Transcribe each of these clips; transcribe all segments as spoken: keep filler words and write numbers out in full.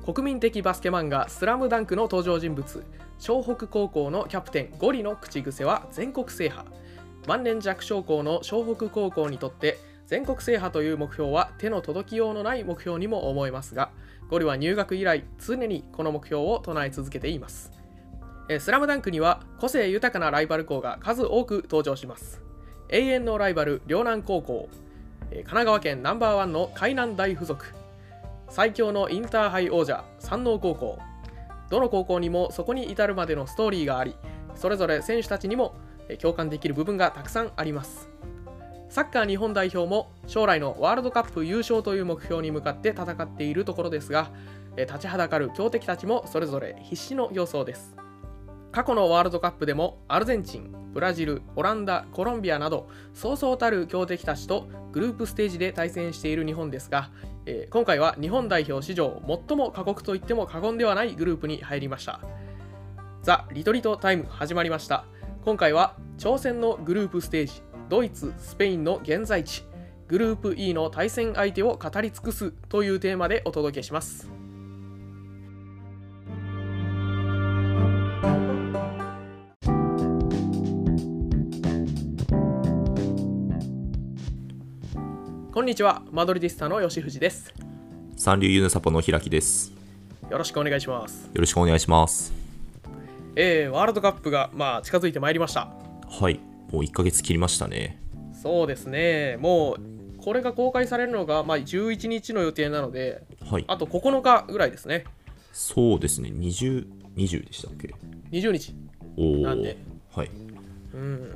国民的バスケ漫画スラムダンクの登場人物、湘北高校のキャプテンゴリの口癖は全国制覇。万年弱小校の湘北高校にとって全国制覇という目標は手の届きようのない目標にも思えますが、ゴリは入学以来常にこの目標を唱え続けています。スラムダンクには個性豊かなライバル校が数多く登場します。永遠のライバル陵南高校、神奈川県ナンバーワンの海南大附属、最強のインターハイ王者山王高校。どの高校にもそこに至るまでのストーリーがあり、それぞれ選手たちにも共感できる部分がたくさんあります。サッカー日本代表も将来のワールドカップ優勝という目標に向かって戦っているところですが、立ちはだかる強敵たちもそれぞれ必死の様相です。過去のワールドカップでもアルゼンチン、ブラジル、オランダ、コロンビアなどそうそうたる強敵たちとグループステージで対戦している日本ですが、えー、今回は日本代表史上最も過酷と言っても過言ではないグループに入りました。ザ・リトリートタイム始まりました。今回は挑戦のグループステージ、ドイツ、スペインの現在地、グループ イー の対戦相手を語り尽くすというテーマでお届けします。こんにちは、マドリディスタの吉藤です。 三流ユヌサポの平木です。 よろしくお願いします。 よろしくお願いします。 えー、ワールドカップが、まあ、近づいてまいりました。 はい、もういっかげつ切りましたね。 そうですね、もうこれが公開されるのが、まあ、じゅういちにちの予定なので、はい、あとここのかぐらいですね。 そうですね、にじゅう、にじゅうでしたっけ。 にじゅうにちなんで、 はい、 うん、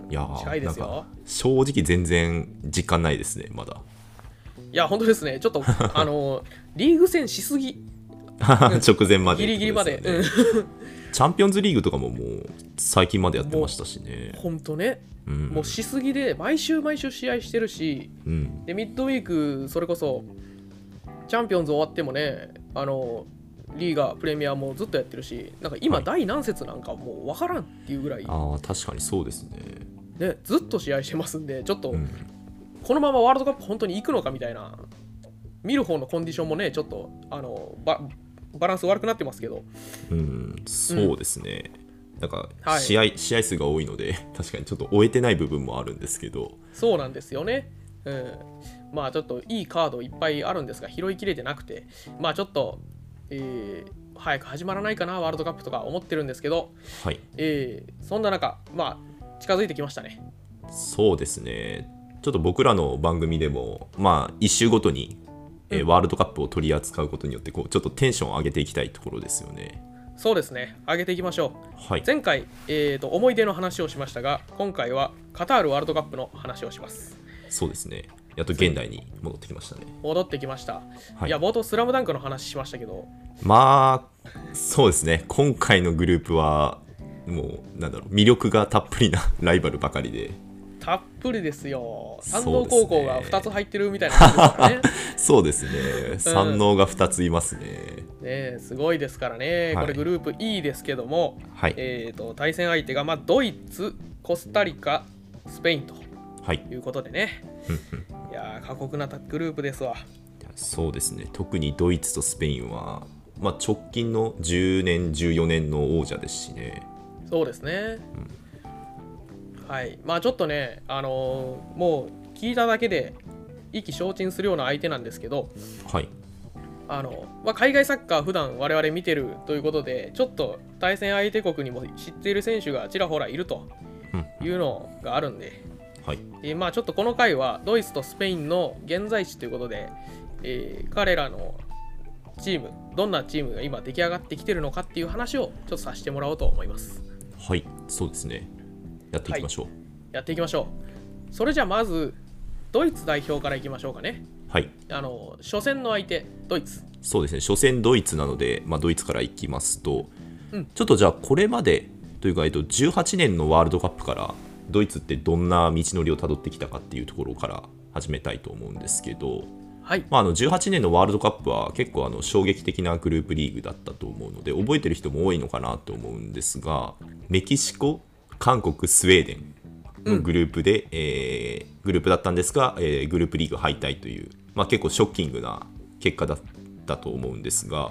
いや近いですよ。 なんか正直全然実感ないですね、まだ。 いや本当ですね、ちょっとあのリーグ戦しすぎ直前まで、 ギリギリまで、うん、 チャンピオンズリーグとかももう最近までやってましたしね。 本当ね、うん、もうしすぎで毎週毎週試合してるし、うん、でミッドウィークそれこそチャンピオンズ終わってもね、あのリーガープレミアもずっとやってるし、なんか今第何節なんかもう分からんっていうぐらい、 はい、あ確かにそうですね。 でずっと試合してますんで、ちょっと、うん、このままワールドカップ本当に行くのかみたいな、見る方のコンディションもねちょっとあの バ, バランス悪くなってますけど、 うん、そうですね、うん、なんか試合、はい、試合数が多いので確かにちょっと終えてない部分もあるんですけど。 そうなんですよね、うん、まあちょっといいカードいっぱいあるんですが拾いきれてなくて、まあちょっと、えー、早く始まらないかなワールドカップとか思ってるんですけど、はい、えー、そんな中まあ近づいてきましたね。 そうですね、ちょっと僕らの番組でもまあいっ週ごとに、えーうん、ワールドカップを取り扱うことによってこうちょっとテンションを上げていきたいところですよね。 そうですね、上げていきましょう、はい、前回、えーと、思い出の話をしましたが、今回はカタールワールドカップの話をします。 そうですね、やっと現代に戻ってきましたね。 戻ってきました、はい、いや冒頭スラムダンクの話しましたけど、 まあそうですね、今回のグループはもうなんだろう、魅力がたっぷりなライバルばかりで、 たっぷりですよ。山王高校がふたつ入ってるみたいな感じですからね。 そうですね、山王がふたついますね。 うん、ねすごいですからね、はい、これグループ イー ですけども、はい、えーと対戦相手が、まあ、ドイツ、コスタリカ、スペインということでね、はい、いや過酷なグループですわ。 そうですね、特にドイツとスペインは、まあ、直近のじゅうねんじゅうよねんの王者ですしね。 そうですね、うん、はい、まあちょっとね、あのー、もう聞いただけで意気消沈するような相手なんですけど、はい、あのまあ、海外サッカー普段我々見てるということで、ちょっと対戦相手国にも知っている選手がちらほらいるというのがあるんで、うん、はい、えー、まあちょっとこの回はドイツとスペインの現在地ということで、えー、彼らのチーム、どんなチームが今出来上がってきてるのかっていう話をちょっとさせてもらおうと思います。 はい、そうですね、やっていきましょう、はい、 やっていきましょう。それじゃあまずドイツ代表からいきましょうかね。はい、あの初戦の相手ドイツ。 そうですね、初戦ドイツなので、まあ、ドイツからいきますと、うん、ちょっとじゃあこれまでというか、えっと、じゅうはちねんのワールドカップからドイツってどんな道のりをたどってきたかっていうところから始めたいと思うんですけど、はい、まあ、あのじゅうはちねんのワールドカップは結構あの衝撃的なグループリーグだったと思うので覚えてる人も多いのかなと思うんですが、メキシコ、韓国、スウェーデンのグループで、うん、えー、グループだったんですが、えー、グループリーグ敗退という、まあ、結構ショッキングな結果だったと思うんですが、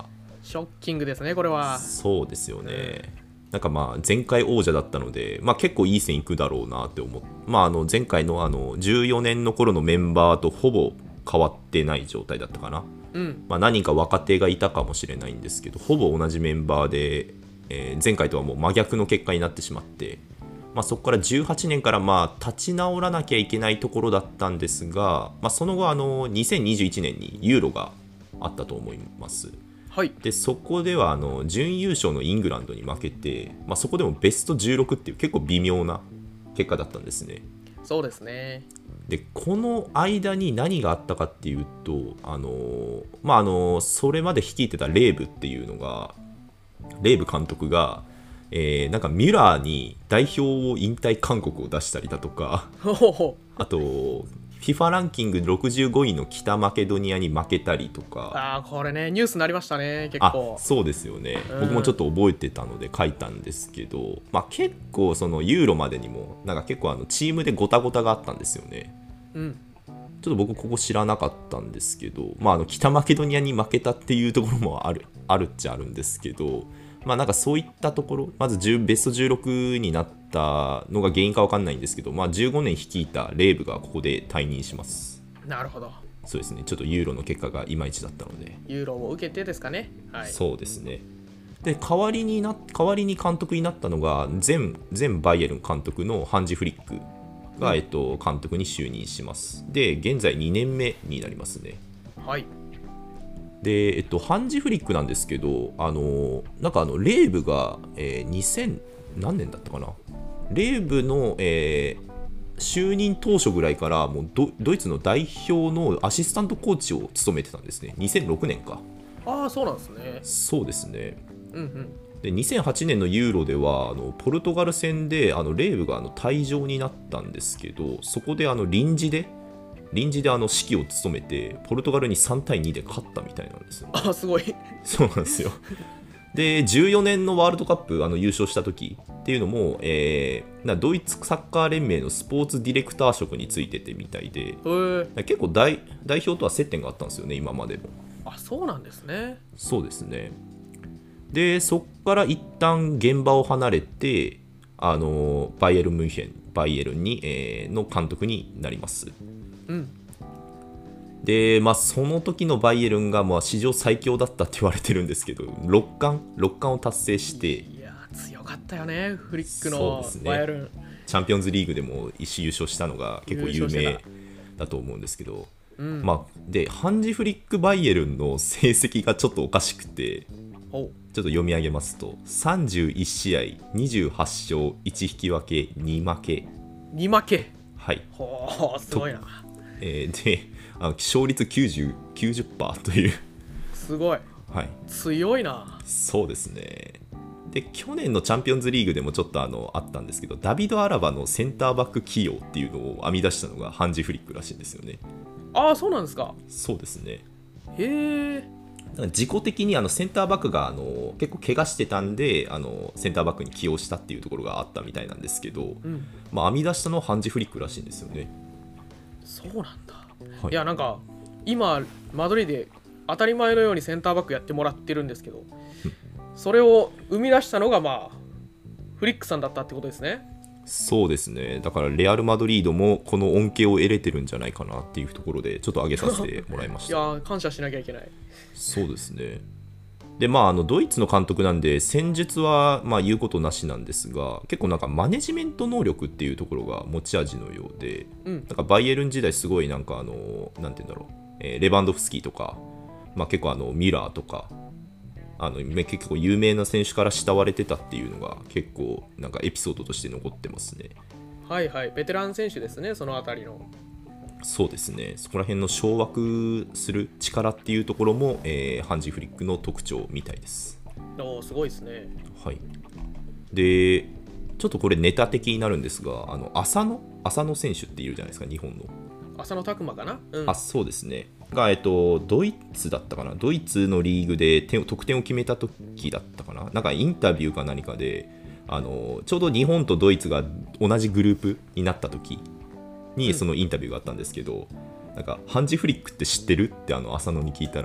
ショッキングですねこれは。 そうですよね、なんかまあ前回王者だったので、まあ、結構いい線いくだろうなって思って、まあ、あの前回のあのじゅうよねんの頃のメンバーとほぼ変わってない状態だったかな、 うんまあ、何人か若手がいたかもしれないんですけど、ほぼ同じメンバーで、えー前回とはもう真逆の結果になってしまって、まあ、そこからじゅうはちねんからまあ立ち直らなきゃいけないところだったんですが、まあ、その後あのにせんにじゅういちねんにユーロがあったと思います。 はい。 でそこではあの準優勝のイングランドに負けて、まあ、そこでもベストじゅうろくっていう結構微妙な結果だったんですね。 そうですね。 でこの間に何があったかっていうと、あのまああのそれまで率いてたレーブっていうのが、レーブ監督が、えーなんかミュラーに代表を引退勧告を出したりだとか、 ほほほ。 あと FIFA ランキングろくじゅうごいの北マケドニアに負けたりとか、 ああこれねニュースになりましたね結あ構。 そうですよね、 うん僕もちょっと覚えてたので書いたんですけど、まあ、結構そのユーロまでにもなんか結構あのチームでゴタゴタがあったんですよね。 うん。 ちょっと僕ここ知らなかったんですけど、まあ、あの北マケドニアに負けたっていうところもあるあるっちゃあるんですけど、まあ、なんかそういったところ、まずじゅうベストじゅうろくになったのが原因か分かんないんですけど、まあ、じゅうごねん率いたレーブがここで退任します。 なるほど。 そうですね、ちょっとユーロの結果がいまいちだったので。 ユーロを受けてですかね。はい。 そうですね。で代わりにな代わりに監督になったのが前前バイエルン監督のハンジ・フリックが、 うんえっと、監督に就任します。で現在にねんめになりますね。 はい。 で、えっと、ハンジ・フリックなんですけど、あのなんかあのレーブが、えー、にせん何年だったかな、レーブの、えー就任当初ぐらいからもう ド, ドイツの代表のアシスタントコーチを務めてたんですね。にせんろくねんか。 ああそうなんですね。 そうですね。 うんうん。 でにせんはちねんのユーロではあのポルトガル戦であのレーブがあの退場になったんですけど、そこであの臨時で臨時であの指揮を務めてポルトガルにさんたいにで勝ったみたいなんですよ。 ああすごい。 そうなんですよ。でじゅうよねんのワールドカップあの優勝した時っていうのも、えーなドイツサッカー連盟のスポーツディレクター職についててみたいで、 へえ。 結構代代表とは接点があったんですよね、今までも。 あそうなんですね。 そうですね。でそこから一旦現場を離れてあのバイエルン・ミュンヘンバイエルンに、えーの監督になります。 うん。 で、まあ、その時のバイエルンがまあ史上最強だったって言われてるんですけど、ろっかんろっかんを達成して、 いやー強かったよねフリックそうのですねバイエルン。 チャンピオンズリーグでも一種優勝したのが結構有名優勝してただと思うんですけど、 うん。 まあ、でハンジ・フリック・バイエルンの成績がちょっとおかしくて、 おちょっと読み上げますとさんじゅういち試合にじゅうはち勝いち引き分けに負け、 に負け。 はい、 ほーすごいな。 えーであの勝率きゅうじゅう きゅうじゅっパーセント という、 すごいはい、 強いな。 そうですね。で去年のチャンピオンズリーグでもちょっとあのあったんですけど、ダビド・アラバのセンターバック起用っていうのを編み出したのがハンジ・フリックらしいんですよね。 ああそうなんですか。 そうですね。 へえ。 だから自己的にあのセンターバックがあの結構怪我してたんであのセンターバックに起用したっていうところがあったみたいなんですけど、 うん。 まあ、編み出したのはハンジ・フリックらしいんですよね。 そうなんだ。 はいいやなんか今マドリーで当たり前のようにセンターバックやってもらってるんですけど、それを生み出したのがまあフリックさんだったってことですね。 そうですね。だからレアル・マドリードもこの恩恵を得れてるんじゃないかなっていうところでちょっと上げさせてもらいましいた。 やー感謝しなきゃいけない。 そうですね。でまあ、あのドイツの監督なんで戦術はまあ言うことなしなんですが、結構なんかマネジメント能力っていうところが持ち味のようで、 うんなんかバイエルン時代すごいなんかあのなんて言うんだろう、えーレバンドフスキーとか、まあ、結構あのミラーとかあのめ結構有名な選手から慕われてたっていうのが結構なんかエピソードとして残ってますね。 はいはいベテラン選手ですねそのあたりの。 そうですね。そこら辺の掌握する力っていうところも、えーハンジ・フリックの特徴みたいです。 おーすごいですね。 はい。でちょっとこれネタ的になるんですが、あの浅野浅野選手っているじゃないですか、日本の。 浅野拓磨かな、うん、 あそうですね。が、えっと、ドイツだったかな、ドイツのリーグで点を得点を決めた時だったかな、なんかインタビューか何かで、あのちょうど日本とドイツが同じグループになった時にそのインタビューがあったんですけど、うん、なんかハンジ・フリックって知ってるってあの浅野に聞いたら、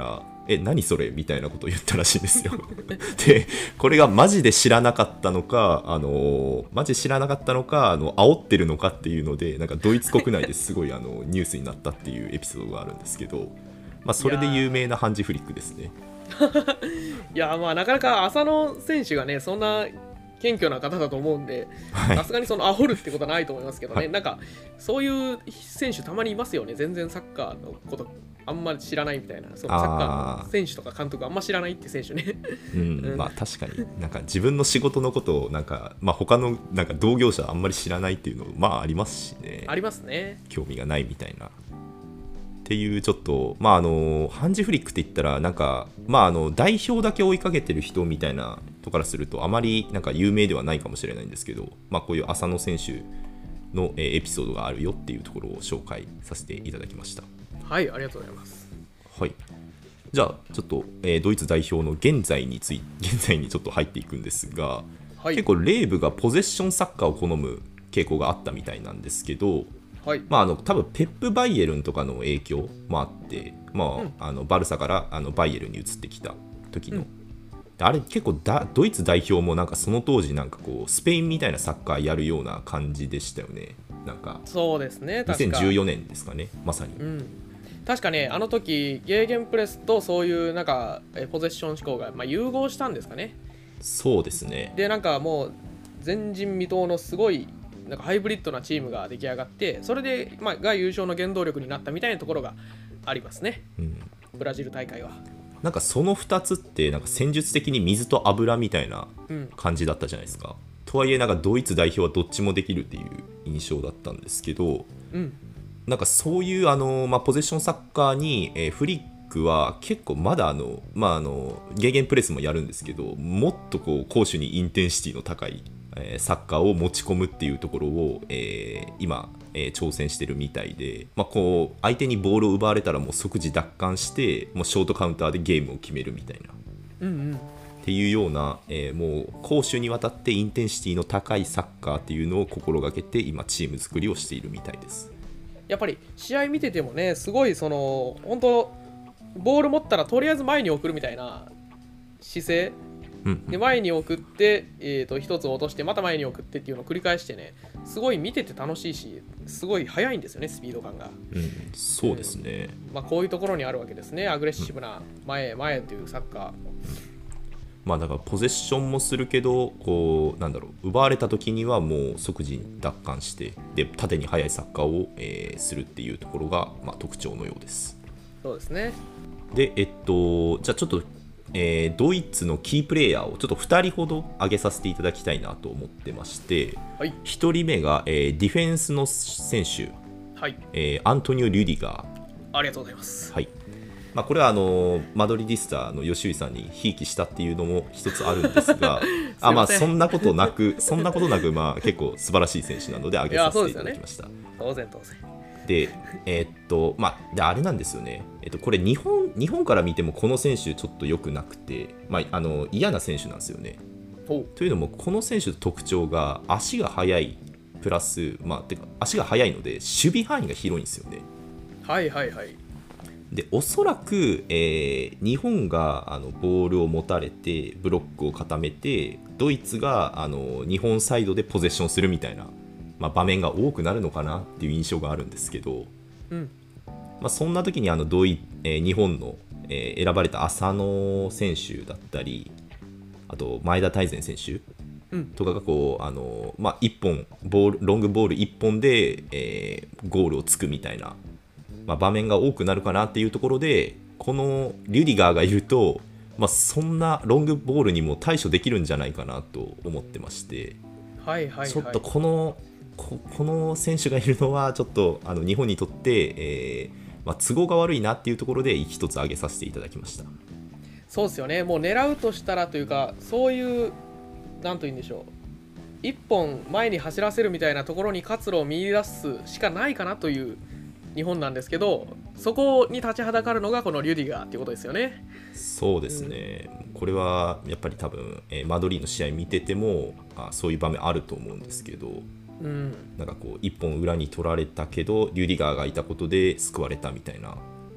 え何それみたいなことを言ったらしいんですよでこれがマジで知らなかったのか、あのマジで知らなかったのか、あの煽ってるのかっていうので、なんかドイツ国内ですごいあのニュースになったっていうエピソードがあるんですけど、まあ、それで有名なハンジフリックですね。 いやまあなかなか浅野選手がねそんな謙虚な方だと思うんで、さすがにその煽るってことはないと思いますけどね、はい、なんかそういう選手たまにいますよね。全然サッカーのことあんまり知らないみたいな、そのサッカーの選手とか監督あんま知らないって選手ねうん、うん、まあ確かになんか自分の仕事のことをなんか、まあ、他のなんか同業者あんまり知らないっていうのまあありますしね。 ありますね。 興味がないみたいなっていうちょっとまああのハンジフリックって言ったらなんかまああの代表だけ追いかけてる人みたいな人からするとあまりなんか有名ではないかもしれないんですけど、まあこういう浅野選手のエピソードがあるよっていうところを紹介させていただきました。 はい、ありがとうございます。 はい。じゃあちょっと、えー、ドイツ代表の現在につい現在にちょっと入っていくんですが、はい、結構レーブがポゼッションサッカーを好む傾向があったみたいなんですけど。はい、まあ、あの多分ペップ・バイエルンとかの影響もあって、まあうん、あのバルサからあのバイエルンに移ってきた時の、うん、あれ結構だドイツ代表もなんかその当時なんかこうスペインみたいなサッカーやるような感じでしたよね。なんかそうですね、確かにせんじゅうよねんですかね、まさに、うん、 確かねあの時ゲーゲンプレスとそういうなんかポゼッション思考がまあ融合したんですかね。 そうですね。 でなんかもう前人未到のすごいなんかハイブリッドなチームが出来上がって、それで、まあ、が優勝の原動力になったみたいなところがありますね、うん、ブラジル大会は。 なんかそのふたつってなんか戦術的に水と油みたいな感じだったじゃないですか、うん、とはいえなんかドイツ代表はどっちもできるっていう印象だったんですけど、うん、なんかそういうあの、まあ、ポゼッションサッカーに、えー、フリックは結構まだあの、まあ、あのゲーゲンプレスもやるんですけど、もっとこう攻守にインテンシティの高いサッカーを持ち込むっていうところを、えー、今、えー、挑戦してるみたいで、まあ、こう相手にボールを奪われたらもう即時奪還してもうショートカウンターでゲームを決めるみたいな、うんうん、っていうような、えー、もう攻守にわたってインテンシティの高いサッカーっていうのを心がけて今チーム作りをしているみたいです。 やっぱり試合見ててもねすごいその本当ボール持ったらとりあえず前に送るみたいな姿勢で前に送って、えー、と一つ落としてまた前に送ってっていうのを繰り返してね、すごい見てて楽しいしすごい速いんですよね、スピード感が、 うん、そうですね、 うんまあ、こういうところにあるわけですね、アグレッシブな前へ前へというサッカー、うん、 まあだからポゼッションもするけどこうなんだろう奪われた時にはもう即時に奪還してで縦に速いサッカーを、えー、するっていうところが、まあ、特徴のようです。 そうですね。 でえっとじゃあちょっとえー、ドイツのキープレイヤーをちょっとふたりほど挙げさせていただきたいなと思ってまして、はい、ひとりめが、えー、ディフェンスの選手、はいえー、アントニオ・リュディガー。 ありがとうございます、 はいまあ、これはあのマドリディスタの吉井さんにひいきしたっていうのも一つあるんですがあ、まあ、そんなことなくそんなことなく、まあ、結構素晴らしい選手なので挙げさせていただきました。 当然当然で、えーっとまあ、であれなんですよね、えーっとこれ日本、日本から見てもこの選手ちょっと良くなくて、まあ、あの嫌な選手なんですよね。というのもこの選手の特徴が足が速いプラス、まあ、てか足が速いので守備範囲が広いんですよね。 はいはいはい。 でおそらく、えー、日本があのボールを持たれてブロックを固めてドイツがあの日本サイドでポゼッションするみたいな、まあ、場面が多くなるのかなっていう印象があるんですけど、うんまあ、そんな時にあのドイ、えー、日本の、えー、選ばれた浅野選手だったりあと前田大然選手とかがこうあの、まあ、いっぽんボールロングボールいっぽんで、えー、ゴールをつくみたいな、まあ、場面が多くなるかなっていうところでこのリュディガーがいると、まあ、そんなロングボールにも対処できるんじゃないかなと思ってまして、 はいはいはい、 ちょっとこのこ, この選手がいるのはちょっとあの日本にとって、えーまあ、都合が悪いなっていうところで一つ挙げさせていただきました。 そうですよね。もう狙うとしたらというかそういうなんというんでしょう一本前に走らせるみたいなところに活路を見出すしかないかなという日本なんですけど、そこに立ちはだかるのがこのリュディガーっていうことですよね。 そうですね、うん、これはやっぱり多分、えー、マドリーの試合見ててもあそういう場面あると思うんですけど、うん、なんかこう一本裏に取られたけどリュディガーがいたことで救われたみたいな、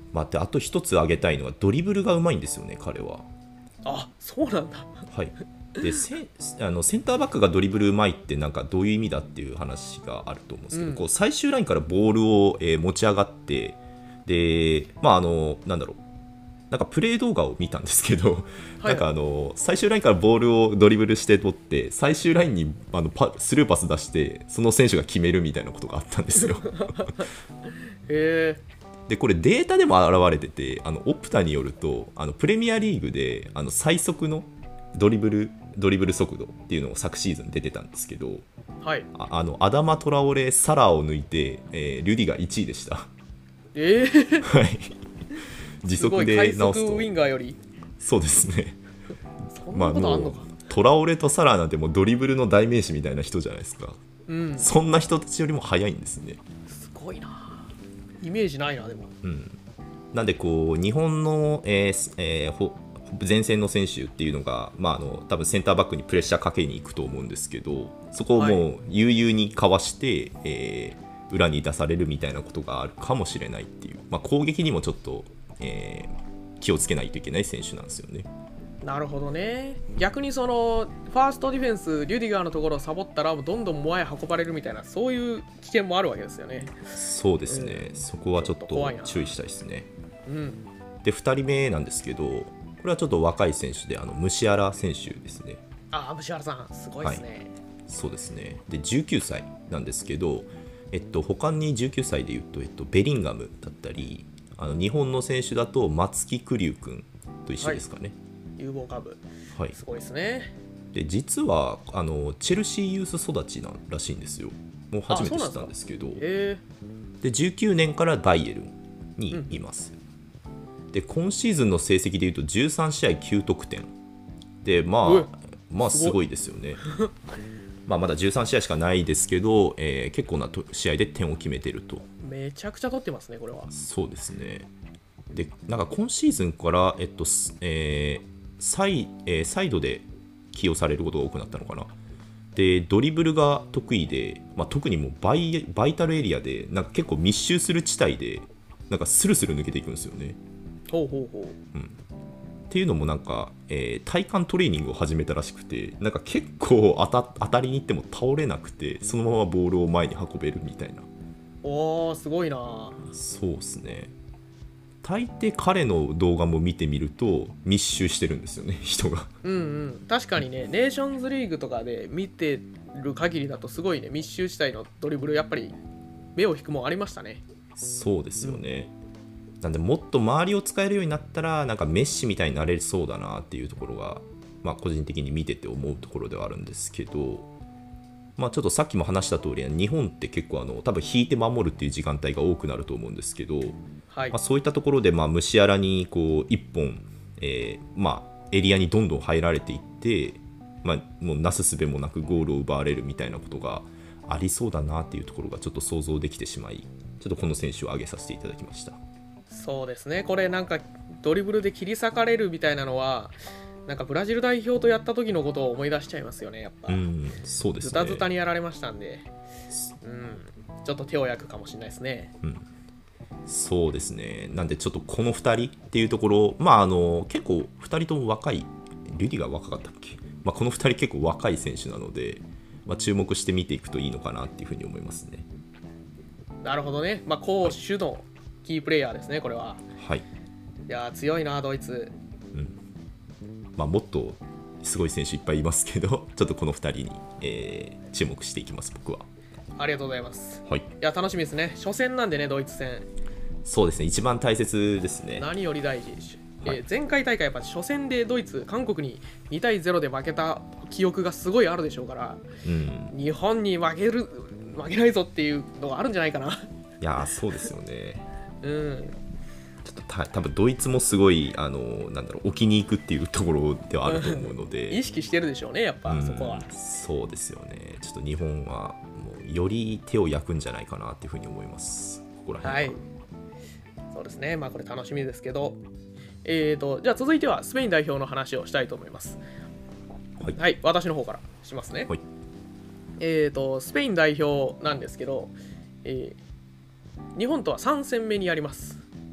まあ、であと一つ挙げたいのはドリブルがうまいんですよね、彼は。 あ、そうなんだ。 はい、でセあのセンターバックがドリブルうまいってなんかどういう意味だっていう話があると思うんですけど、うん、こう最終ラインからボールを、えー、持ち上がってで、まああのなんだろうなんかプレー動画を見たんですけど、はい、なんかあの最終ラインからボールをドリブルして取って最終ラインにあのパスルーパス出してその選手が決めるみたいなことがあったんですよ。 へー。 でこれデータでも現れてて、あのオプタによるとあのプレミアリーグであの最速のドリブルドリブル速度っていうのを昨シーズン出てたんですけど、 はい、 ああのアダマ・トラオレ・サラーを抜いて、えー、リュディがいちいでした。 えー、 はい時速で直すとウィンガーよりそうですね。 そんなことあんのか、 まあ、トラオレとサラーなんてもうドリブルの代名詞みたいな人じゃないですか、うん、そんな人たちよりも速いんですね。 すごいな、イメージないなでも、 うん、なんでこう日本の、えーえー、前線の選手っていうのが、まあ、あの多分センターバックにプレッシャーかけに行くと思うんですけど、そこをもう悠々にかわして、はい、えー、裏に出されるみたいなことがあるかもしれないっていう、まあ、攻撃にもちょっとえー、気をつけないといけない選手なんですよね。 なるほどね。逆にそのファーストディフェンスリュディガーのところをサボったらどんどん前へ運ばれるみたいな、そういう危険もあるわけですよね。 そうですね、うん、そこはちょっと注意したいですね。 うん、 でふたりめなんですけど、これはちょっと若い選手であのムシアラ選手ですね。 ああ、ムシアラさんすごいですね、はい、 そうですね。でじゅうきゅうさいなんですけど、えっと、他にじゅうきゅうさいでいうと、えっと、ベリンガムだったり、あの日本の選手だと松木玖生君と一緒ですかね。 はい、有望株、 はい、 すごいですね。 で実はあのチェルシーユース育ちならしいんですよ。もう初めて知ったんですけど、 で, でじゅうきゅうねんからバイエルンにいます、うん、で今シーズンの成績でいうとじゅうさんしあいきゅうとくてんで、まあまあすごいですよね。まあまだじゅうさんしあいしかないですけど、えー、結構な試合で点を決めてると。 めちゃくちゃ取ってますね、これは。 そうですね。でなんか今シーズンから、えっとえーサイえー、サイドで起用されることが多くなったのかな。でドリブルが得意で、まあ、特にもうバイ、バイタルエリアでなんか結構密集する地帯でなんかスルスル抜けていくんですよね。 ほうほうほう、 うん、っていうのもなんか、えー、体幹トレーニングを始めたらしくて、なんか結構当た、当たりに行っても倒れなくてそのままボールを前に運べるみたいな。 おー、すごいな。 そうですね。大抵彼の動画も見てみると密集してるんですよね、人が。 うんうん、確かにね、ネーションズリーグとかで見てる限りだとすごいね、密集地帯のドリブルやっぱり目を引くもんありましたね。 そうですよね、うん、なんでもっと周りを使えるようになったらなんかメッシみたいになれそうだなっていうところが、まあ、個人的に見てて思うところではあるんですけど、まあ、ちょっとさっきも話した通り日本って結構あの多分引いて守るっていう時間帯が多くなると思うんですけど、はい、まあ、そういったところで、まあ、ムシアラにこういっぽん、えーまあ、エリアにどんどん入られていって、まあ、もうなすすべもなくゴールを奪われるみたいなことがありそうだなっていうところがちょっと想像できてしまい、ちょっとこの選手を挙げさせていただきました。 そうですね、これなんかドリブルで切り裂かれるみたいなのはなんかブラジル代表とやった時のことを思い出しちゃいますよね、やっぱ。 うん、そうですね。 ズタズタにやられましたんで、うん、ちょっと手を焼くかもしれないですね。 うん、そうですね。なんでちょっとこのふたりっていうところ、まああの結構ふたりとも若い、リュディが若かったっけ、まあ、このふたり結構若い選手なので、まあ、注目して見ていくといいのかなっていうふうに思いますね。 なるほどね。まあ攻守のキープレイヤーですね、これは。 はい。 いや強いなドイツ。 うん。まあ、もっとすごい選手いっぱいいますけど、ちょっとこのふたりに、えー、注目していきます、僕は。 ありがとうございます。 はい。いや楽しみですね。初戦なんでね、ドイツ戦。 そうですね、一番大切ですね。 何より大事。はい、えー、前回大会やっぱ初戦でドイツ、韓国ににたいゼロで負けた記憶がすごいあるでしょうから、うん、日本に負ける負けないぞっていうのがあるんじゃないかな。 いやそうですよね。 うん。 ちょっとた多分ドイツもすごいあのなんだろう置きに行くっていうところではあると思うので意識してるでしょうね、やっぱ、うん、そこは。 そうですよね。ちょっと日本はもうより手を焼くんじゃないかなっていうふうに思います、ここら辺は。はい、 そうですね。まあこれ楽しみですけど、えーとじゃあ続いてはスペイン代表の話をしたいと思います。はい、はい、私の方からしますね。はい、えーとスペイン代表なんですけど、えー、日本とはさん戦目にやります。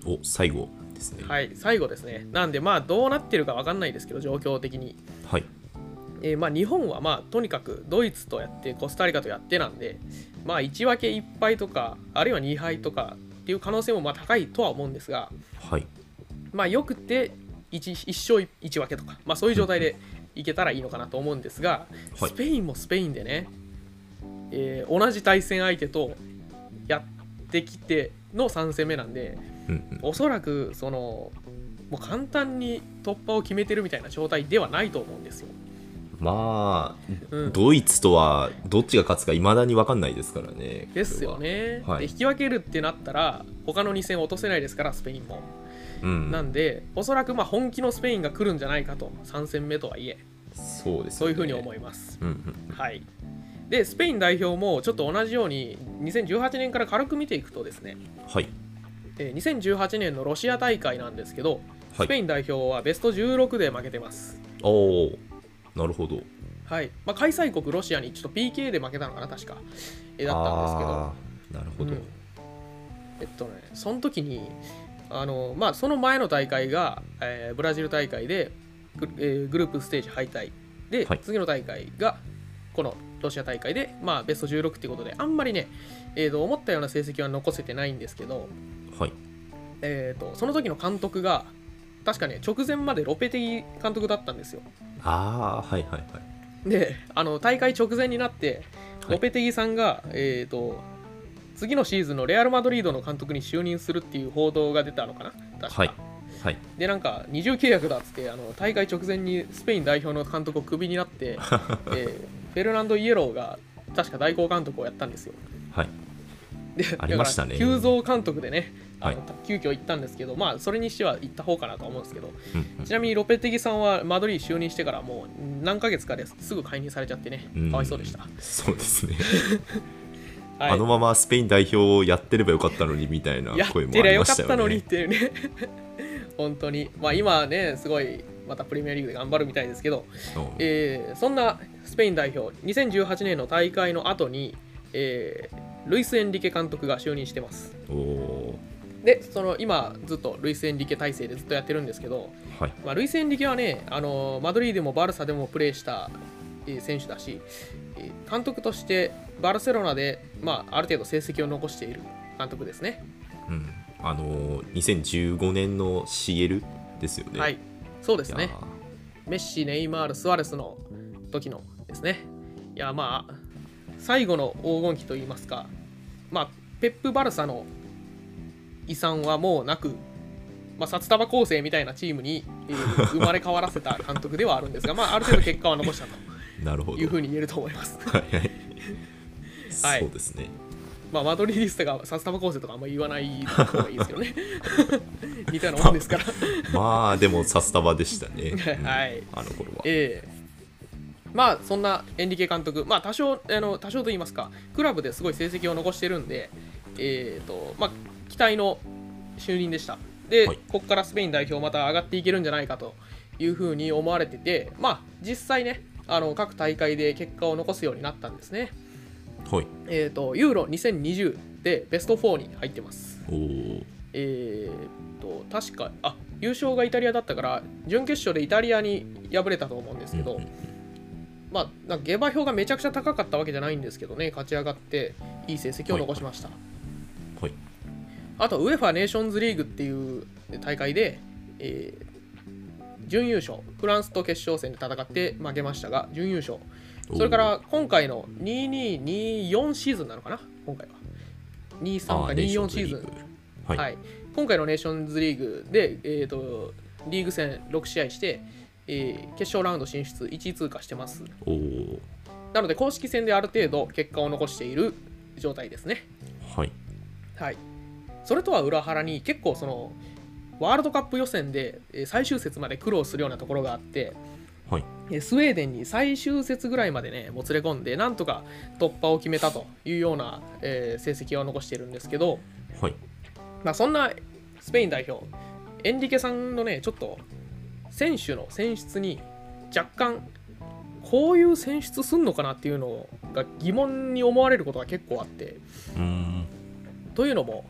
お最後ですね。 はい、最後ですね。なんでまあどうなってるか分かんないですけど、状況的に、 はいえー、まあ日本はまあとにかくドイツとやってコスタリカとやってなんで、まあいち分けいっ敗とかあるいはに敗とかっていう可能性もまあ高いとは思うんですが、 はいまあよくて 1, いち勝いち分けとか、まあ、そういう状態でいけたらいいのかなと思うんですが、 はい、 スペインもスペインでね、えー、同じ対戦相手とやってきてのさん戦目なんで、 うんうん、 おそらくそのもう簡単に突破を決めてるみたいな状態ではないと思うんですよ。 まあ、 うん、 ドイツとはどっちが勝つかいまだに分かんないですからね。 ですよね、 はい、 で引き分けるってなったら他のに戦落とせないですから、スペインも、うん、なんでおそらくまあ本気のスペインが来るんじゃないかと、さん戦目とはいえそうです、ね、 そういうふうに思います、 うんうん、 はい。でスペイン代表もちょっと同じようににせんじゅうはちねんから軽く見ていくとですね、 はい、 えー、にせんじゅうはちねんのロシア大会なんですけど、スペイン代表はベストじゅうろくで負けてます。 はい、おー、なるほど。 はい、まあ、開催国ロシアにちょっと ピーケー で負けたのかな確か、えー、だったんですけど、 なるほど、うん、 えっとねその時にあの、まあ、その前の大会が、えー、ブラジル大会で グ,、えー、グループステージ敗退で、はい、次の大会がこのロシア大会で、まあ、ベストじゅうろくっていうことであんまりね、えー、と思ったような成績は残せてないんですけど、 はい、 えー、とその時の監督が確かね直前までロペテギ監督だったんですよ。 ああ、はいはいはい。 であの大会直前になってロペテギさんが、はい、えー、と次のシーズンのレアル・マドリードの監督に就任するっていう報道が出たのかな確か、 はいはい、 でなんか二重契約だっつってあの大会直前にスペイン代表の監督をクビになって、えー、フェルナンド・イエローが確か代行監督をやったんですよ。 はい、 でありましたね。 急増監督でねあの、 はい、 急遽行ったんですけど、まあそれにしては行った方かなと思うんですけど、 うんうん、 ちなみにロペテギさんはマドリー就任してからもう何ヶ月かですぐ解任されちゃってね、かわいそうでした。 そうですねはい、 あのままスペイン代表をやってればよかったのにみたいな声もありましたよね。やってりゃよかったのにっていうね本当に、まあ、今ねすごいまたプレミアリーグで頑張るみたいですけど、えー、そんなスペイン代表にせんじゅうはちねんの大会の後に、えー、ルイス・エンリケ監督が就任してます。 おでその今ずっとルイス・エンリケ体制でずっとやってるんですけど、 はい、 まあ、ルイス・エンリケはねあのマドリーでもバルサでもプレーした、えー、選手だし、えー、監督としてバルセロナで、まあ、ある程度成績を残している監督ですね。 うん、あのー、にせんじゅうごねんの シーエル ですよね。 はい、そうですね。メッシ、ネイマール、スアレスの時のですね。いやまあ最後の黄金期といいますか、まあ、ペップ・バルサの遺産はもうなく、まあ、札束構成みたいなチームに、えー、生まれ変わらせた監督ではあるんですが、まあ、ある程度結果は残したというふうに言えると思います。 はいはい、はい、そうですね。 まあ、マドリーディスタが札束構成とかあんまり言わない方がいいですけどね似たようなもんですからまあでも札束でしたね、 はい、 あの頃は。 えー、まあそんなエンリケ監督、まあ多少あの多少と言いますかクラブですごい成績を残してるんで、えーとまあ、期待の就任でした。で、はい、ここからスペイン代表また上がっていけるんじゃないかというふうに思われてて、まあ実際ねあの各大会で結果を残すようになったんですね。 はい、 えーとユーロにせんにじゅうでベストフォーに入ってます。 おえーと確かあ優勝がイタリアだったから準決勝でイタリアに敗れたと思うんですけど、うんうんうん、まあなんか下馬評がめちゃくちゃ高かったわけじゃないんですけどね、勝ち上がっていい成績を残しました。 はいはい、 あとウェファネーションズリーグっていう大会で、えー、準優勝、フランスと決勝戦で戦って負けましたが準優勝。それから今回のにせんにじゅうに、にじゅうよんシーズンなのかな、今回はにじゅうさんかにじゅうよんシーズン、はいはい、今回のネーションズリーグで、えー、とリーグ戦ろく試合して、えー、決勝ラウンド進出いちい通過してます。 おなので公式戦である程度結果を残している状態ですね。 はい、 はい、それとは裏腹に結構そのワールドカップ予選で最終節まで苦労するようなところがあって、 はい、 スウェーデンに最終節ぐらいまでねもつれ込んでなんとか突破を決めたというような、えー、成績を残しているんですけど、 はい、 まあ、そんなスペイン代表エンリケさんのねちょっと選手の選出に若干こういう選出すんのかなっていうのが疑問に思われることが結構あって、 うーんというのも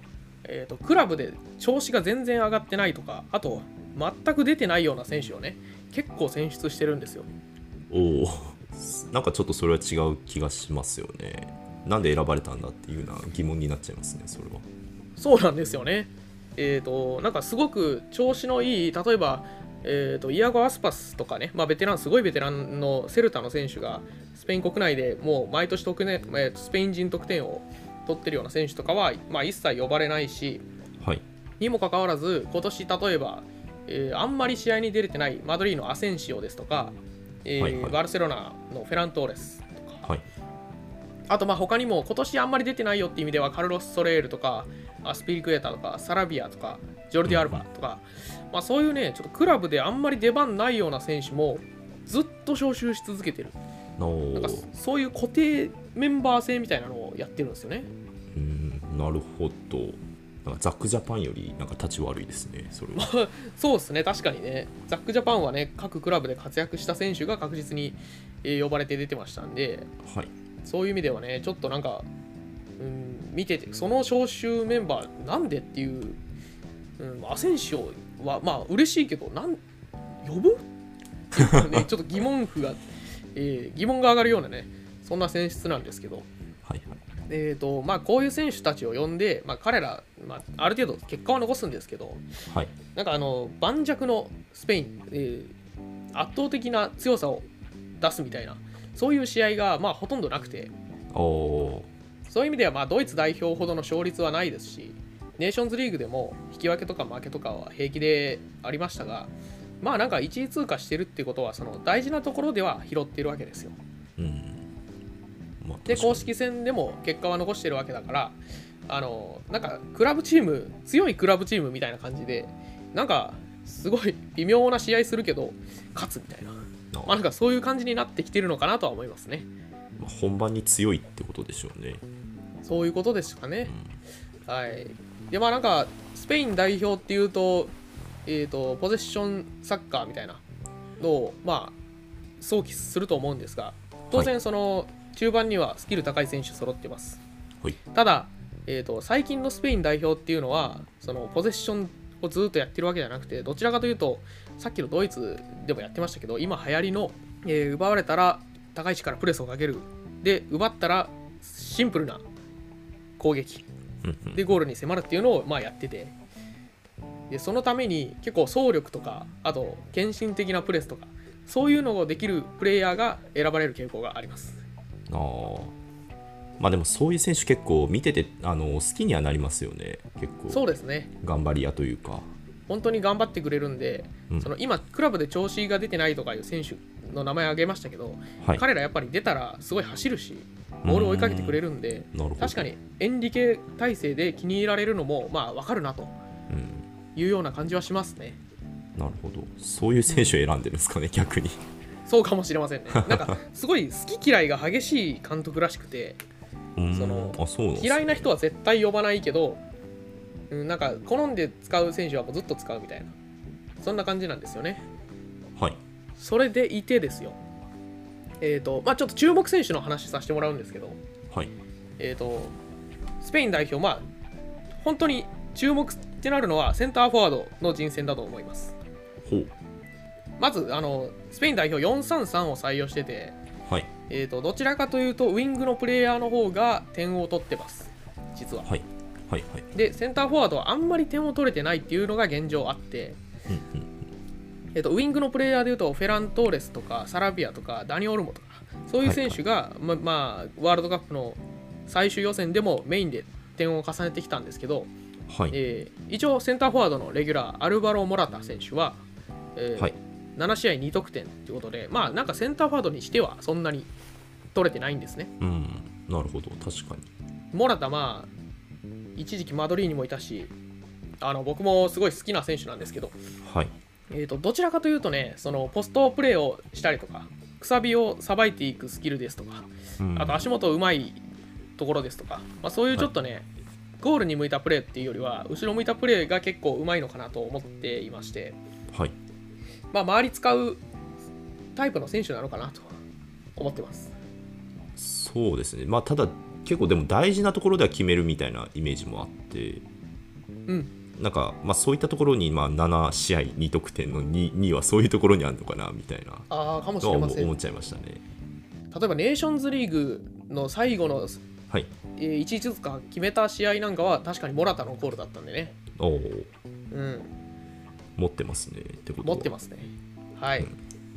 えーと、クラブで調子が全然上がってないとか、あと全く出てないような選手をね結構選出してるんですよ。 おお、なんかちょっとそれは違う気がしますよね。なんで選ばれたんだっていうような疑問になっちゃいますね、それは。 そうなんですよね。えーと、なんかすごく調子のいい、例えば、えーと、イアゴ・アスパスとかね、まあ、ベテラン、すごいベテランのセルタの選手がスペイン国内でもう毎年得点、えー、スペイン人得点を取ってるような選手とかは、まあ、一切呼ばれないし、 はい、 にもかかわらず今年例えば、えー、あんまり試合に出れてないマドリーのアセンシオですとか、えーはいはい、バルセロナのフェラントーレスとか、 はい、 あとまあ他にも今年あんまり出てないよっていう意味ではカルロス・ソレールとかアスピリクエタとかサラビアとかジョルディ・アルバとか、うんまあ、そういうねちょっとクラブであんまり出番ないような選手もずっと招集し続けてる。なんかそういう固定メンバー制みたいなのをやってるんですよね。 うん、なるほど。なんかザックジャパンよりなんか立ち悪いですね、それは。 そうですね、確かにね。ザックジャパンはね、各クラブで活躍した選手が確実に、えー、呼ばれて出てましたんで、 はい、 そういう意味ではね、ちょっとなんか、うん、見てて、その招集メンバー、なんでっていう、うん、アセンシオは、まあ、嬉しいけど、なん呼ぶね、ちょっと疑問符が、えー、疑問が上がるようなね、そんな選出なんですけど。 はいはい。 えーとまあ、こういう選手たちを呼んで、まあ、彼ら、まあ、ある程度結果を残すんですけど、 はい、 なんかあの盤石のスペイン、えー、圧倒的な強さを出すみたいなそういう試合が、まあ、ほとんどなくて、 おそういう意味では、まあ、ドイツ代表ほどの勝率はないですし、ネーションズリーグでも引き分けとか負けとかは平気でありましたが、まあなんかいちい通過してるっていうことはその大事なところでは拾っているわけですよ。 うんまあ、 で公式戦でも結果は残してるわけだから、あのなんかクラブチーム強いクラブチームみたいな感じでなんかすごい微妙な試合するけど勝つみたいな、まあ、なんかそういう感じになってきてるのかなとは思いますね。 まあ、本番に強いってことでしょうね。 そういうことですかね、うん、はいでまあなんかスペイン代表っていうとえーとポゼッションサッカーみたいなのをまあ想起すると思うんですが、当然その、はい中盤にはスキル高い選手揃ってます、はい、ただ、えーと、最近のスペイン代表っていうのはそのポゼッションをずっとやってるわけじゃなくて、どちらかというとさっきのドイツでもやってましたけど今流行りの、えー、奪われたら高い位置からプレスをかけるで奪ったらシンプルな攻撃でゴールに迫るっていうのをまあやってて、でそのために結構走力とかあと献身的なプレスとかそういうのをできるプレイヤーが選ばれる傾向があります。 あまあでもそういう選手結構見ててあの好きにはなりますよね。結構そうですね、 頑張り屋というか本当に頑張ってくれるんで、うん、その今クラブで調子が出てないとかいう選手の名前挙げましたけど、はい、彼らやっぱり出たらすごい走るしボールを追いかけてくれるんで、確かにエンリケ体制で気に入られるのもまあ分かるなというような感じはしますね、 うん、なるほど。そういう選手を選んでるんですかね逆に。 そうかもしれませんね。なんかすごい好き嫌いが激しい監督らしくて、そのあそうなんですね、 嫌いな人は絶対呼ばないけど、うん、なんか好んで使う選手はずっと使うみたいな、そんな感じなんですよね。 はい。 それでいてですよ、えーとまあ、ちょっと注目選手の話させてもらうんですけど、 はいえーとスペイン代表、まあ本当に注目ってなるのはセンターフォワードの人選だと思います。 ほう。 まずあのスペイン代表 よんさんさん を採用してて、 はいえー、とどちらかというとウイングのプレイヤーの方が点を取ってます実は、 はいはいはい、 でセンターフォワードはあんまり点を取れてないっていうのが現状あって、うんうんえー、とウイングのプレイヤーでいうとフェラントーレスとかサラビアとかダニオルモとかそういう選手が、はいはいままあ、ワールドカップの最終予選でもメインで点を重ねてきたんですけど、はいえー、一応センターフォワードのレギュラーアルバロ・モラタ選手は、えーはいなな試合に得点ということで、まあなんかセンターフォワードにしてはそんなに取れてないんですね。 うん、なるほど、確かに。 モラタ、まあ一時期マドリーにもいたし、あの僕もすごい好きな選手なんですけど、 はいえーと、どちらかというとね、そのポストプレーをしたりとか、くさびをさばいていくスキルですとか、うん、あと足元うまいところですとか、まあ、そういうちょっとね、はい、ゴールに向いたプレーっていうよりは、後ろ向いたプレーが結構うまいのかなと思っていまして、 はいまあ、周り使うタイプの選手なのかなと思ってます。 そうですね、まあ、ただ結構でも大事なところでは決めるみたいなイメージもあって、 うん、 なんか、まあ、そういったところに、まあ、なな試合に得点の 2, 2はそういうところにあるのかなみたいなあーかもしれません。 思っちゃいましたね。 例えばネーションズリーグの最後の、 はい、 えー、いちいちずつか決めた試合なんかは確かにモラタのゴールだったんでね。 おお、 うん、 持ってますねってことは。 持ってますね。はい、 うん、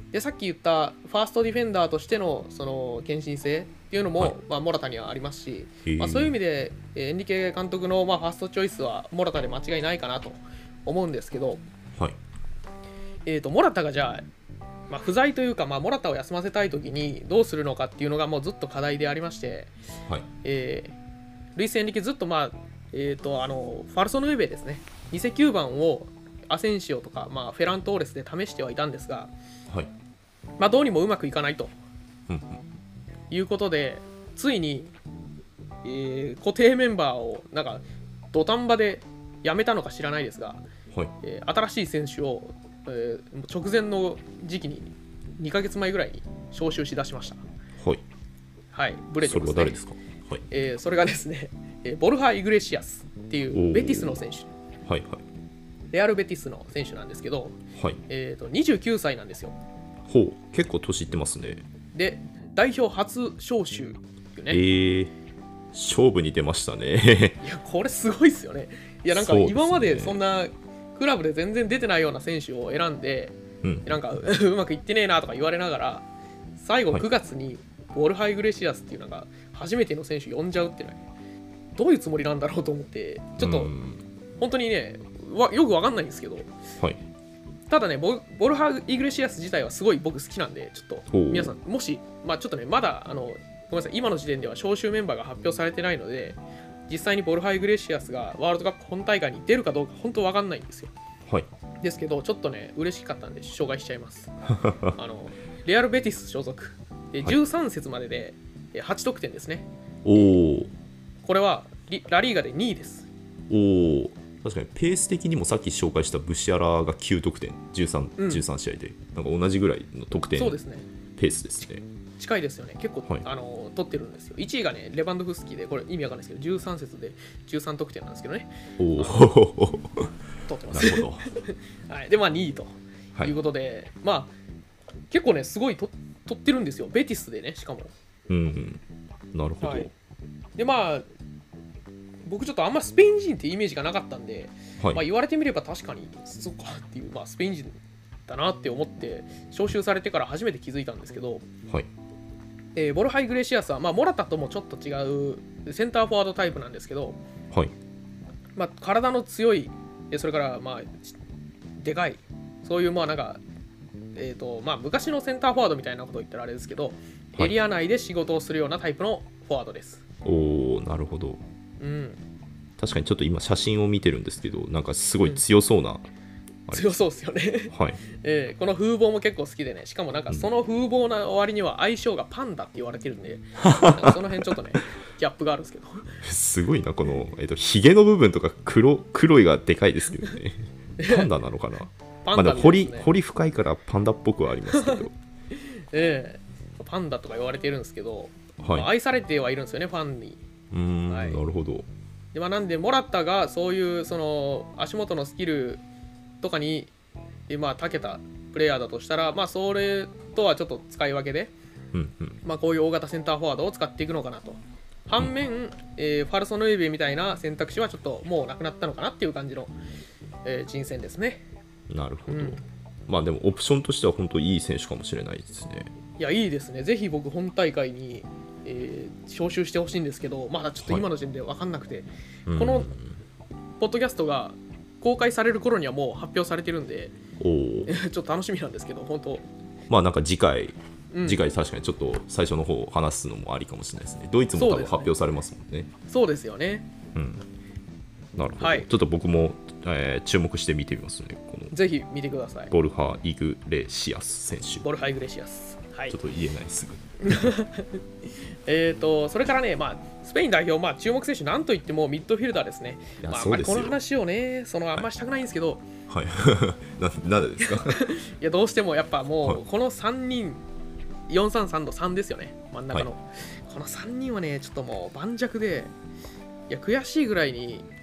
でさっき言ったファーストディフェンダーとしてのその献身性っていうのも、はい、まあ、モラタにはありますし、まあ、そういう意味で、えー、エンリケ監督の、まあ、ファーストチョイスはモラタで間違いないかなと思うんですけど、 はい、 えーと、モラタがじゃあ、まあ、不在というか、まあ、モラタを休ませたいときにどうするのかっていうのがもうずっと課題でありまして、 はい、 えー、ルイス・エンリケずっと、まあえーと、あのファルソヌーベですね、にせきゅうばんをアセンシオとか、まあ、フェラントーレスで試してはいたんですが、 はい、 まあ、どうにもうまくいかないと、 うんうん、 いうことでついに、えー、固定メンバーをなんか土壇場で辞めたのか知らないですが、 はい、 えー、新しい選手を、えー、直前の時期ににかげつまえぐらいに招集しだしました。 はい、 はい、ブレてますね。 それは誰ですか？はい、 えー、それがですね、えー、ボルハ・イグレシアスっていうベティスの選手、 はいはい、 レアル・ベティスの選手なんですけど、 はい、 えーと、にじゅうきゅうさいなんですよ。 ほう、結構年いってますね。 で、代表初招集、ね、 えー、勝負に出ましたね。 いや、これすごいですよね。いや、なんか今までそんなクラブで全然出てないような選手を選んで、うん、なんかうまくいってねえなとか言われながら、最後くがつにボルハ・イグレシアスっていうのが初めての選手呼んじゃうっていうのはどういうつもりなんだろうと思って、ちょっと本当にねわよくわかんないんですけど、 はい、 ただね ボ, ボルハ・イグレシアス自体はすごい僕好きなんで、ちょっと皆さんもし、まあ、ちょっとねまだあのごめんなさい、今の時点では招集メンバーが発表されてないので、実際にボルハ・イグレシアスがワールドカップ本大会に出るかどうか本当わかんないんですよ。 はい、 ですけどちょっとね嬉しかったんで紹介しちゃいます。あのレアル・ベティス所属でじゅうさん節までではち得点ですね。 おお、 これはラリーガでにいです。 おお、確かにペース的にもさっき紹介したブシアラがきゅう得点 じゅうさん,、うん、じゅうさん試合でなんか同じぐらいの得点ペースですね。 近いですよね。結構、はい、あの取ってるんですよ。いちいがねレバンドフスキで、これ意味わかんないですけどじゅうさん節でじゅうさん得点なんですけどね。 おお、 取ってます。なるほど。はい、でまあにいということで、はい、まあ結構ねすごいと取ってるんですよ。ベティスでねしかも。 うん、うん、なるほど。はい、 でまあ僕ちょっとあんまスペイン人ってイメージがなかったんで、はい、まあ、言われてみれば確かにそっかっていう、まあ、スペイン人だなって思って招集されてから初めて気づいたんですけど、 はい、 えー、ボルハ・イグレシアスは、まあ、モラタともちょっと違うセンターフォワードタイプなんですけど、 はい、 まあ、体の強い、それからまあでかい、そういうまあなんか、えーとまあ、昔のセンターフォワードみたいなことを言ったらあれですけど、はい、エリア内で仕事をするようなタイプのフォワードです。 おー、なるほど。 うん、 確かにちょっと今写真を見てるんですけど、なんかすごい強そうな、 うん、強そうですよね。 はい、 えー、この風貌も結構好きでね、しかもなんかその風貌な割には相性がパンダって言われてるんで、なんかその辺ちょっとねギャップがあるんですけどすごいな、この、えーと、ヒゲの部分とか 黒, 黒いがでかいですけどね。パンダなのかな。パンダ、ね、まあ、彫り彫り深いからパンダっぽくはありますけどえー、パンダとか言われてるんですけど、 はい、 まあ、愛されてはいるんですよね、ファンに。 うーん、はい、なるほど。 で、まあ、なんでモラッタがそういうその足元のスキルとかにまあ長けたプレイヤーだとしたら、まあ、それとはちょっと使い分けで、 うんうん、 まあ、こういう大型センターフォワードを使っていくのかなと。反面、うん、えー、ファルソノエベみたいな選択肢はちょっともうなくなったのかなっていう感じの、えー、人選ですね。 なるほど、うん、まあでもオプションとしては本当にいい選手かもしれないですね。 いや、いいですね。ぜひ僕本大会に、えー、招集してほしいんですけど、まだちょっと今の時点で分かんなくて、はい、このポッドキャストが公開される頃にはもう発表されてるんで、 おちょっと楽しみなんですけど、本当まあなんか次回、うん、次回確かにちょっと最初の方話すのもありかもしれないですね。ドイツも多分発表されますもんね。 そうですよね。 うん、なるほど、はい、ちょっと僕も、えー、注目して見てみますね。このぜひ見てください。 ボルハ・イグレシアス選手。 ボルハ・イグレシアス、はい、 ちょっと言えないすぐえっとそれからね、まあ、スペイン代表、まあ、注目選手なんといってもミッドフィルダーですね。まあ、あんまりこの話をねそのあんまりしたくないんですけど、 はい、な, なんでですかいや、どうしてもやっぱもうこのさんにん、よんさんさんのさんですよね、真ん中の、はい、このさんにんはねちょっともう盤石で、いや悔しいぐらいに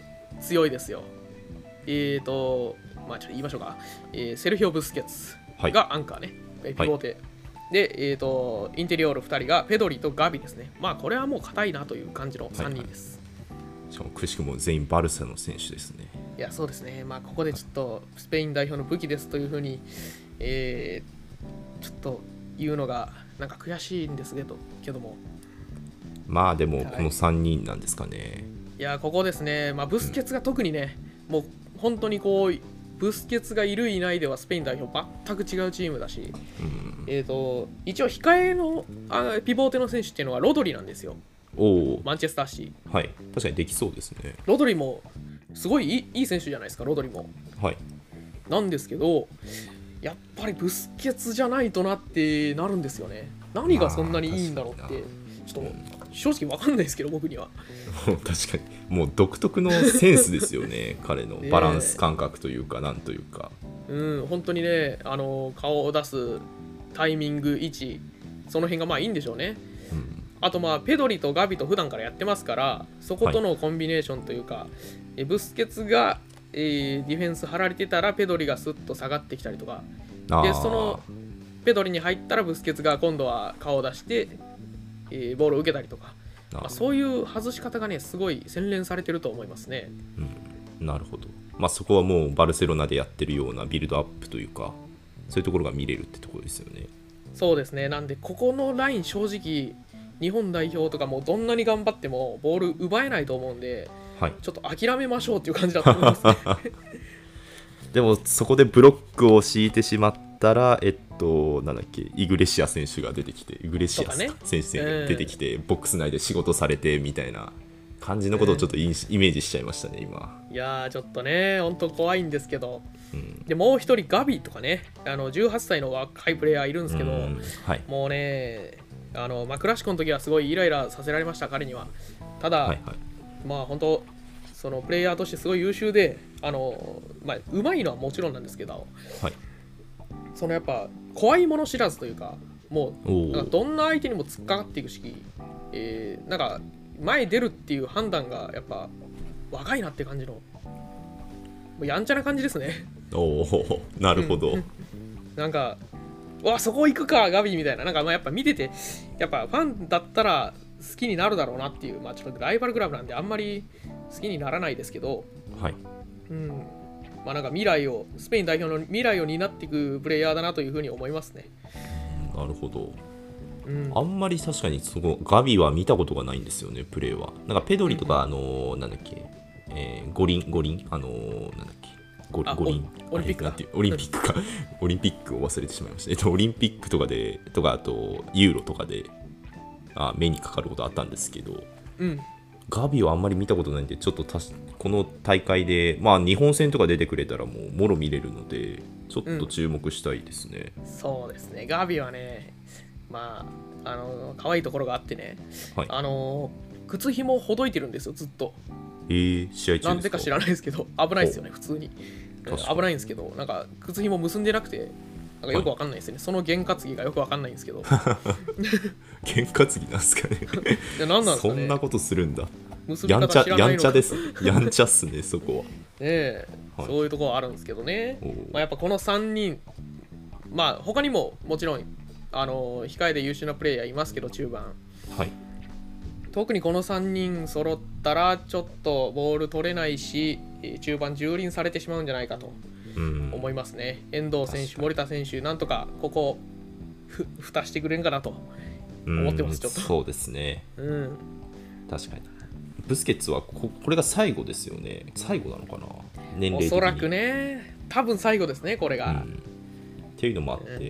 強いですよ。えーと、まあちょっと言いましょうか。えー、セルヒオ・ブスケツがアンカーね、はい、ピボテ、はい、で、えーと、インテリオールふたりがペドリとガビですね。まあこれはもう硬いなという感じのさんにんです。 はいはい、しかもくしくも全員バルサの選手ですね。 いや、そうですね。まあここでちょっとスペイン代表の武器ですというふうに、えー、ちょっと言うのがなんか悔しいんですけど、けども。 まあでもこのさんにんなんですかね。はい、 いや、ここですね。まあブスケツが特にね、うん、もう本当にこう、ブスケツがいるいないではスペイン代表全く違うチームだし、うん、えーと一応控えのあピボーテの選手っていうのはロドリなんですよ。 おマンチェスターシー。はい、確かにできそうですね。 ロドリもすごいい い, いい選手じゃないですか、ロドリも。 はい。 なんですけど、やっぱりブスケツじゃないとなってなるんですよね。何がそんなにいいんだろうって、ちょっと正直わかんないですけど、僕には。 確かにもう独特のセンスですよね彼のバランス感覚というか、なんというか、 うん、本当にね、あの顔を出すタイミング、位置、その辺がまあいいんでしょうね。うん、あとまあペドリとガビと普段からやってますから、そことのコンビネーションというか、はい、えブスケツが、えー、ディフェンス張られてたらペドリがスッと下がってきたりとかで、そのペドリに入ったらブスケツが今度は顔を出して、えー、ボールを受けたりとか、まあ、そういう外し方がねすごい洗練されてると思いますね。 うん、なるほど。まあそこはもうバルセロナでやってるようなビルドアップというか、そういうところが見れるってところですよね。 そうですね。なんでここのライン正直日本代表とかもどんなに頑張ってもボール奪えないと思うんで、はい、ちょっと諦めましょうっていう感じだと思いますね。 でもそこでブロックを敷いてしまったら、えっとなんだっけ、イグレシア選手が出てきて、イグレシア選手が出てきて、ボックス内で仕事されてみたいな感じのことをちょっとイメージしちゃいましたね、今。 いやーちょっとね、本当怖いんですけど、うん、でもう一人ガビとかね、あのじゅうはっさいの若いプレイヤーいるんですけど、はい、もうね、あのまあ、クラシコの時はすごいイライラさせられました、彼には。ただ、はいはい、まあ本当そのプレイヤーとしてすごい優秀で、あのまあうまいのはもちろんなんですけど、はい、そのやっぱ怖いもの知らずというか、もうなんかどんな相手にも突っかかっていくし、えー、なんか前出るっていう判断がやっぱ若いなって感じの、もうやんちゃな感じですね。 おお、なるほど。 なんかうわそこ行くかガビみたいな、なんかまあやっぱ見ててやっぱファンだったら好きになるだろうなっていう、まあちょっとライバルクラブなんであんまり好きにならないですけど、はい、うん、まあなんか未来をスペイン代表の未来を担っていくプレイヤーだなというふうに思いますね。 なるほど。うん、あんまり確かにそのガビは見たことがないんですよね、プレーは。なんかペドリとか、うん、あのなんだっけ、えー、五輪五輪あのなんだっけ五輪オリンピックかオリンピックかオリンピックを忘れてしまいました。えっとオリンピックとかでとかあとユーロとかであ目にかかることあったんですけど、うん、ガビはあんまり見たことないんで、ちょっとたしこの大会でまあ日本戦とか出てくれたらもうもろ見れるので、ちょっと注目したいですね。 うん、そうですね。ガビはね、まああの可愛いところがあってね、はい、あの靴ひもほどいてるんですよ、ずっと。 えー、試合中ですか？ なんでか知らないですけど、危ないですよね、普通に。危ないんですけど、なんか靴ひも結んでなくて、なんかよくわかんないですね。はい、その験担ぎがよくわかんないんですけど。 験担ぎなんですかね。 いや、なんなんですかね。 そんなことするんだ。やんちゃ、やんちゃです。やんちゃっすね、そこは。ねえ、はい、そういうところはあるんですけどね。まあ、やっぱこのさんにん、まあ他にももちろんあの控えで優秀なプレイヤーいますけど、中盤。はい。特にこのさんにん揃ったらちょっとボール取れないし、中盤蹂躙されてしまうんじゃないかと思いますね。遠藤選手、森田選手、なんとかここふ蓋してくれんかなと思ってます。ちょっとそうですね、うん、確かにブスケッツは こ, これが最後ですよね。最後なのかな、年齢的に。 おそらくね、多分最後ですね、これが、うん、 っていうのもあって、うん、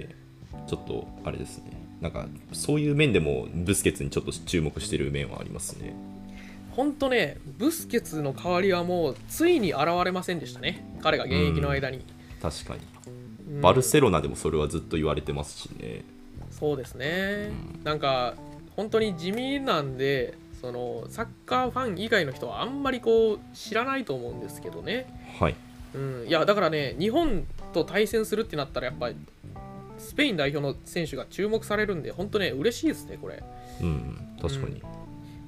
ちょっとあれですね、なんかそういう面でもブスケツにちょっと注目してる面はありますね。 ほんとね、ブスケツの代わりはもうついに現れませんでしたね、彼が現役の間に。 確かに、うん、バルセロナでもそれはずっと言われてますしね。 そうですね、うん、なんか本当に地味なんで、そのサッカーファン以外の人はあんまりこう知らないと思うんですけどね。はい、うん、いやだからね、日本と対戦するってなったらやっぱりスペイン代表の選手が注目されるんで、本当ね嬉しいですね、これ。 うん、確かに。 うん、ま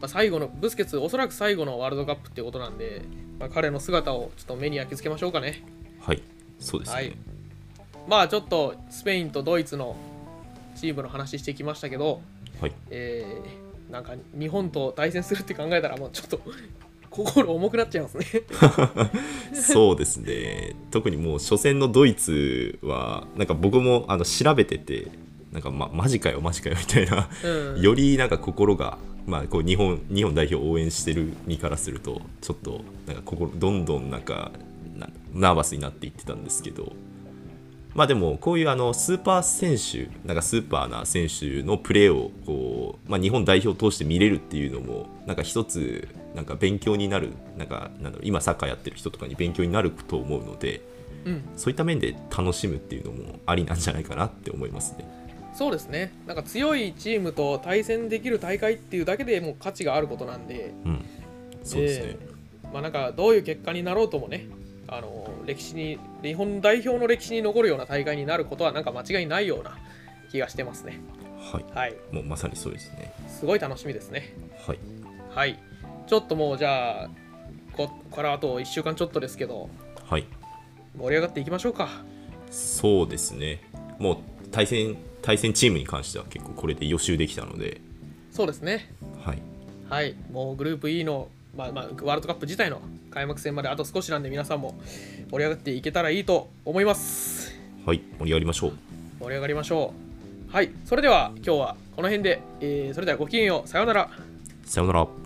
あ、最後のブスケツおそらく最後のワールドカップっていうことなんで、まあ、彼の姿をちょっと目に焼き付けましょうかね。 はいそうですね、はい、 まあちょっとスペインとドイツのチームの話してきましたけど、 はいえー、なんか日本と対戦するって考えたらもうちょっと心重くなっちゃいますねそうですね、特にもう初戦のドイツはなんか僕もあの調べててなんか、ま、マジかよマジかよみたいな、うん、よりなんか心が、まあ、こう日本日本代表を応援してる身からするとちょっとなんか心どんどんなんかナーバスになっていってたんですけど、まあでもこういうあのスーパー選手なんかスーパーな選手のプレーをこう、まあ、日本代表を通して見れるっていうのもなんか一つなんか勉強になるなんかなんだろう今サッカーやってる人とかに勉強になると思うので、うん、そういった面で楽しむっていうのもありなんじゃないかなって思いますね。 そうですね、なんか強いチームと対戦できる大会っていうだけでもう価値があることなんで、 うん、そうですね、 えー、まあなんかどういう結果になろうともね、あの歴史に日本代表の歴史に残るような大会になることはなんか間違いないような気がしてますね。 はい、はい、もうまさにそうですね。 すごい楽しみですね。 はい、 はい、ちょっともうじゃあここからあといっしゅうかんちょっとですけど、 はい、 盛り上がっていきましょうか。 そうですね、もう対戦対戦チームに関しては結構これで予習できたので、 そうですね、 はい、 はい、もうグループ E の、まあまあ、ワールドカップ自体の開幕戦まであと少しなんで皆さんも盛り上がっていけたらいいと思います。 はい、盛り上がりましょう。 盛り上がりましょう。はい、それでは今日はこの辺で、えー、それではごきげんよう、さようなら。 さようなら。